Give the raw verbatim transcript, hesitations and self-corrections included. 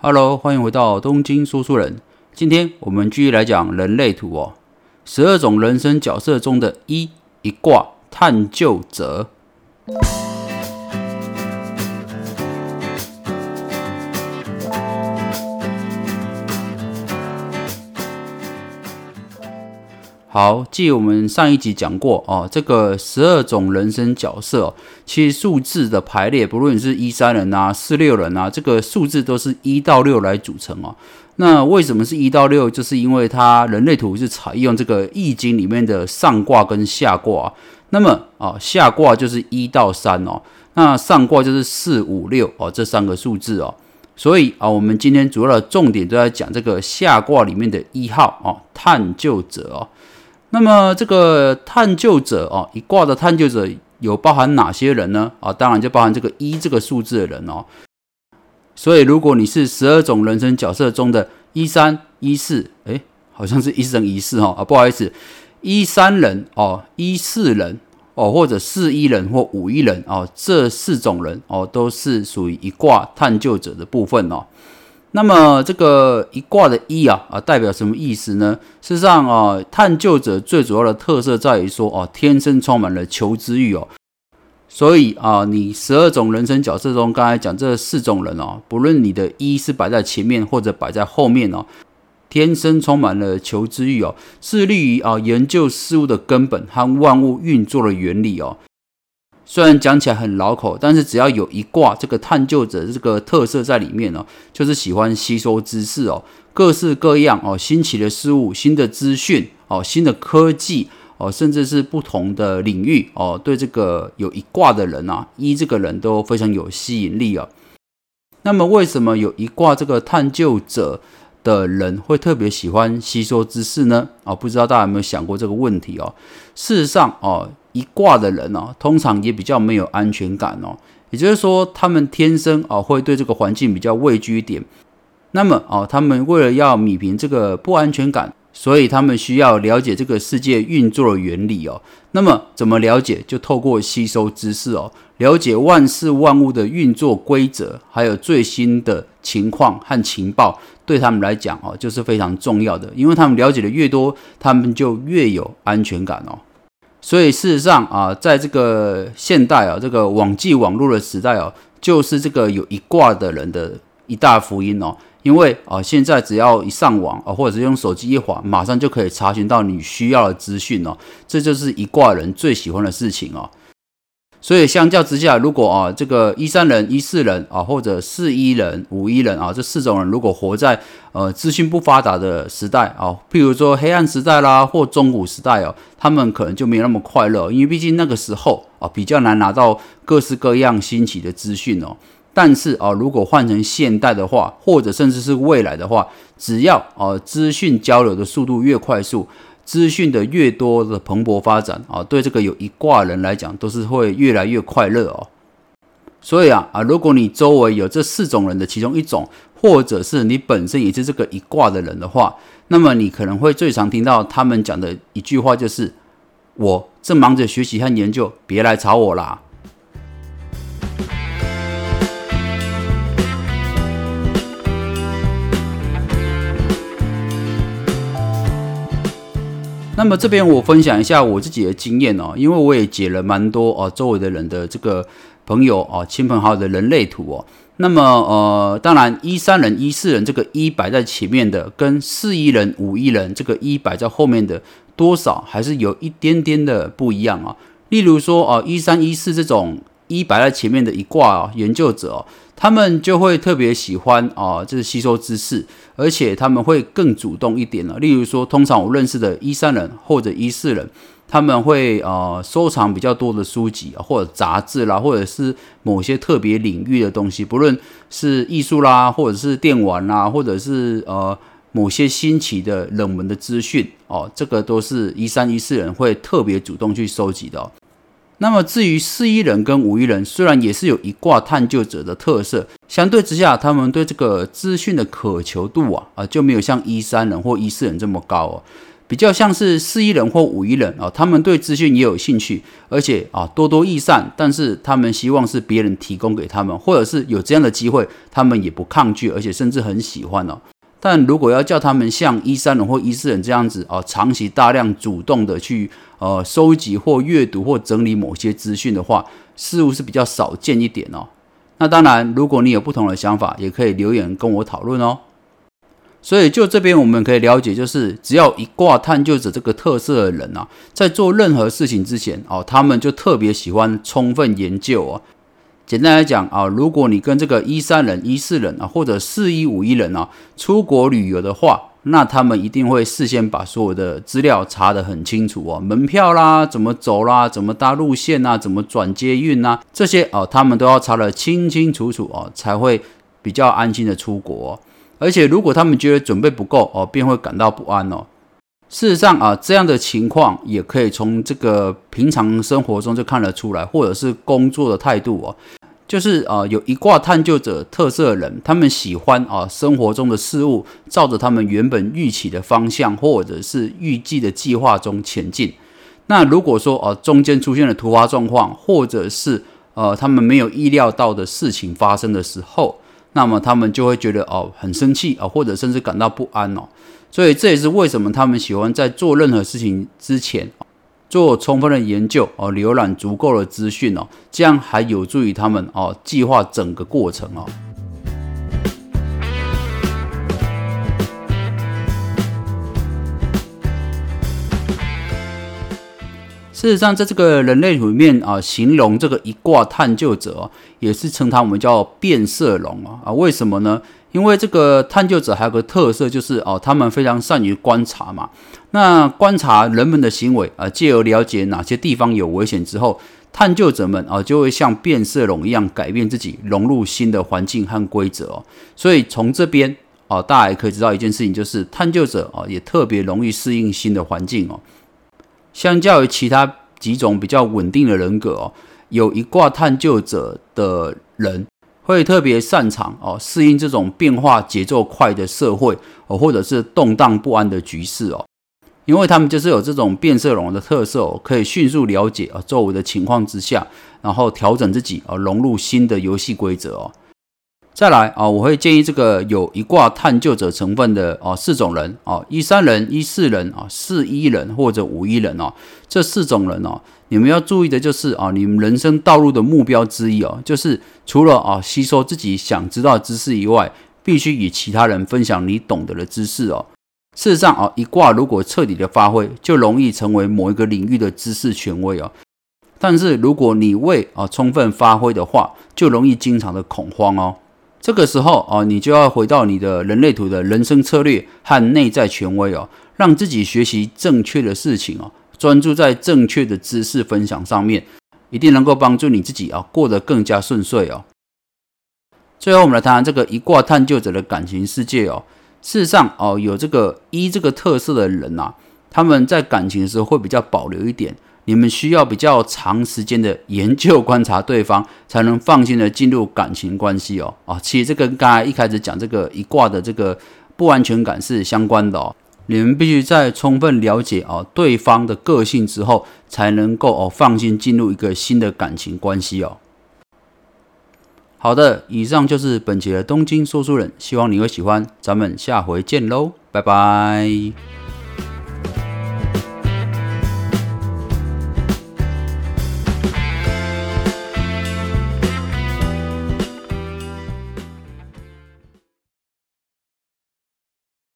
Hello， 欢迎回到东京说书人。今天我们继续来讲人类图哦，十二种人生角色中的一一卦探究者。好，继我们上一集讲过哦，这个十二种人生角色哦，其实数字的排列，不论是一三人啊、四六人啊，这个数字都是一到六来组成哦。那为什么是一到六？就是因为它人类图是采用这个易经里面的上卦跟下卦，那么啊、哦、下卦就是一到三哦，那上卦就是四五六哦，这三个数字哦。所以啊，我们今天主要的重点都在讲这个下卦里面的一号哦，探究者哦。那么这个探究者哦，一卦的探究者有包含哪些人呢？啊，当然就包含这个一这个数字的人哦。所以如果你是十二种人生角色中的一三、一四，哎，好像是一生一世哦，啊，不好意思，一三人哦、一四人哦，或者四一人或五一人哦，这四种人哦，都是属于一卦探究者的部分哦。那么这个一卦的一啊啊代表什么意思呢？事实上啊，探究者最主要的特色在于说哦，天生充满了求知欲哦。所以啊，你十二种人生角色中，刚才讲这四种人哦，不论你的一是摆在前面或者摆在后面哦，天生充满了求知欲哦，致力于啊研究事物的根本和万物运作的原理哦。虽然讲起来很绕口，但是只要有一卦这个探究者这个特色在里面哦，就是喜欢吸收知识哦，各式各样哦，新奇的事物、新的资讯哦、新的科技哦，甚至是不同的领域哦，对这个有一卦的人啊，一这个人都非常有吸引力哦。那么为什么有一卦这个探究者的人会特别喜欢吸收知识呢？哦，不知道大家有没有想过这个问题哦？事实上哦，一卦的人哦，通常也比较没有安全感哦，也就是说，他们天生哦会对这个环境比较畏惧一点。那么哦，他们为了要弭平这个不安全感，所以他们需要了解这个世界运作的原理哦。那么怎么了解？就透过吸收知识哦，了解万事万物的运作规则，还有最新的情况和情报，对他们来讲哦，就是非常重要的。因为他们了解的越多，他们就越有安全感哦。所以事实上啊，在这个现代啊，这个网际网络的时代啊，就是这个有一卦的人的一大福音哦。因为啊，现在只要一上网啊，或者是用手机一滑，马上就可以查询到你需要的资讯哦。这就是一卦人最喜欢的事情哦。所以相较之下，如果啊这个一三人、一四人啊，或者四一人、五一人啊，这四种人如果活在呃资讯不发达的时代啊，譬如说黑暗时代啦，或中古时代哦，他们可能就没有那么快乐，因为毕竟那个时候啊比较难拿到各式各样新奇的资讯哦。但是啊，如果换成现代的话，或者甚至是未来的话，只要啊资讯交流的速度越快速，资讯的越多的蓬勃发展啊，对这个有一卦人来讲，都是会越来越快乐哦。所以啊啊，如果你周围有这四种人的其中一种，或者是你本身也是这个一卦的人的话，那么你可能会最常听到他们讲的一句话就是：“我正忙着学习和研究，别来吵我啦。”那么这边我分享一下我自己的经验哦，因为我也解了蛮多哦周围的人的这个朋友哦亲朋好友的人类图哦。那么呃，当然一三人、一四人这个一摆在前面的，跟四一人、五一人这个一摆在后面的，多少还是有一点点的不一样啊、哦。例如说哦，一三、一四这种一摆在前面的一卦哦，研究者哦，他们就会特别喜欢啊，就是吸收知识，而且他们会更主动一点了。例如说，通常我认识的一三人或者一四人，他们会呃收藏比较多的书籍或者杂志啦，或者是某些特别领域的东西，不论是艺术啦，或者是电玩啦，或者是呃某些新奇的冷门的资讯哦，这个都是一三一四人会特别主动去收集的哦。那么至于四一人跟五一人，虽然也是有一卦探究者的特色，相对之下，他们对这个资讯的渴求度啊，啊就没有像一三人或一四人这么高哦。 比较像是四一人或五一人啊，他们对资讯也有兴趣，而且啊多多益善，但是他们希望是别人提供给他们，或者是有这样的机会，他们也不抗拒，而且甚至很喜欢哦。但如果要叫他们像一三人或一四人这样子啊，长期大量主动的去呃收集或阅读或整理某些资讯的话，似乎是比较少见一点哦。那当然，如果你有不同的想法，也可以留言跟我讨论哦。所以就这边我们可以了解，就是只要一卦探究者这个特色的人啊，在做任何事情之前哦，他们就特别喜欢充分研究哦。简单来讲啊，如果你跟这个一三人、一四人啊，或者四一五一人啊出国旅游的话，那他们一定会事先把所有的资料查得很清楚哦，门票啦、怎么走啦、怎么搭路线啊、怎么转捷运啊，这些哦，他们都要查得清清楚楚哦，才会比较安心的出国哦。而且如果他们觉得准备不够哦，便会感到不安哦。事实上啊，这样的情况也可以从这个平常生活中就看得出来，或者是工作的态度哦。就是啊，有一卦探究者特色的人，他们喜欢啊生活中的事物照着他们原本预期的方向，或者是预计的计划中前进。那如果说啊中间出现了突发状况，或者是呃他们没有意料到的事情发生的时候，那么他们就会觉得哦很生气啊，或者甚至感到不安哦。所以这也是为什么他们喜欢在做任何事情之前做充分的研究哦，浏览足够的资讯哦，这样还有助于他们哦计划整个过程哦。事实上，在这个人类图里面啊，形容这个一卦探究者哦，也是称他们叫变色龙啊。为什么呢？因为这个探究者还有个特色，就是哦，他们非常善于观察嘛。那观察人们的行为啊，借由了解哪些地方有危险之后，探究者们啊就会像变色龙一样改变自己，融入新的环境和规则哦。所以从这边哦，大家也可以知道一件事情，就是探究者哦也特别容易适应新的环境哦。相较于其他几种比较稳定的人格哦，有一卦探究者的人会特别擅长哦适应这种变化节奏快的社会哦，或者是动荡不安的局势哦，因为他们就是有这种变色龙的特色哦，可以迅速了解啊周围的情况之下，然后调整自己啊融入新的游戏规则哦。再来啊，我会建议这个有一卦探究者成分的哦四种人哦，一三人、一四人啊、四一人或者五一人哦，这四种人哦，你们要注意的就是啊，你们人生道路的目标之一哦，就是除了啊吸收自己想知道的知识以外，必须与其他人分享你懂得的知识哦。事实上啊，一卦如果彻底的发挥，就容易成为某一个领域的知识权威哦。但是如果你未啊充分发挥的话，就容易经常的恐慌哦。这个时候哦，你就要回到你的人类图的人生策略和内在权威哦，让自己学习正确的事情哦，专注在正确的知识分享上面，一定能够帮助你自己啊过得更加顺遂哦。最后我们来谈谈这个一卦探究者的感情世界哦。事实上哦，有这个一这个特色的人啊，他们在感情的时候会比较保留一点。你们需要比较长时间的研究观察对方，才能放心的进入感情关系哦。啊，其实这跟刚才一开始讲这个一卦的这个不安全感是相关的哦。你们必须在充分了解哦对方的个性之后，才能够哦放心进入一个新的感情关系哦。好的，以上就是本节的东京说书人，希望你会喜欢，咱们下回见喽，拜拜。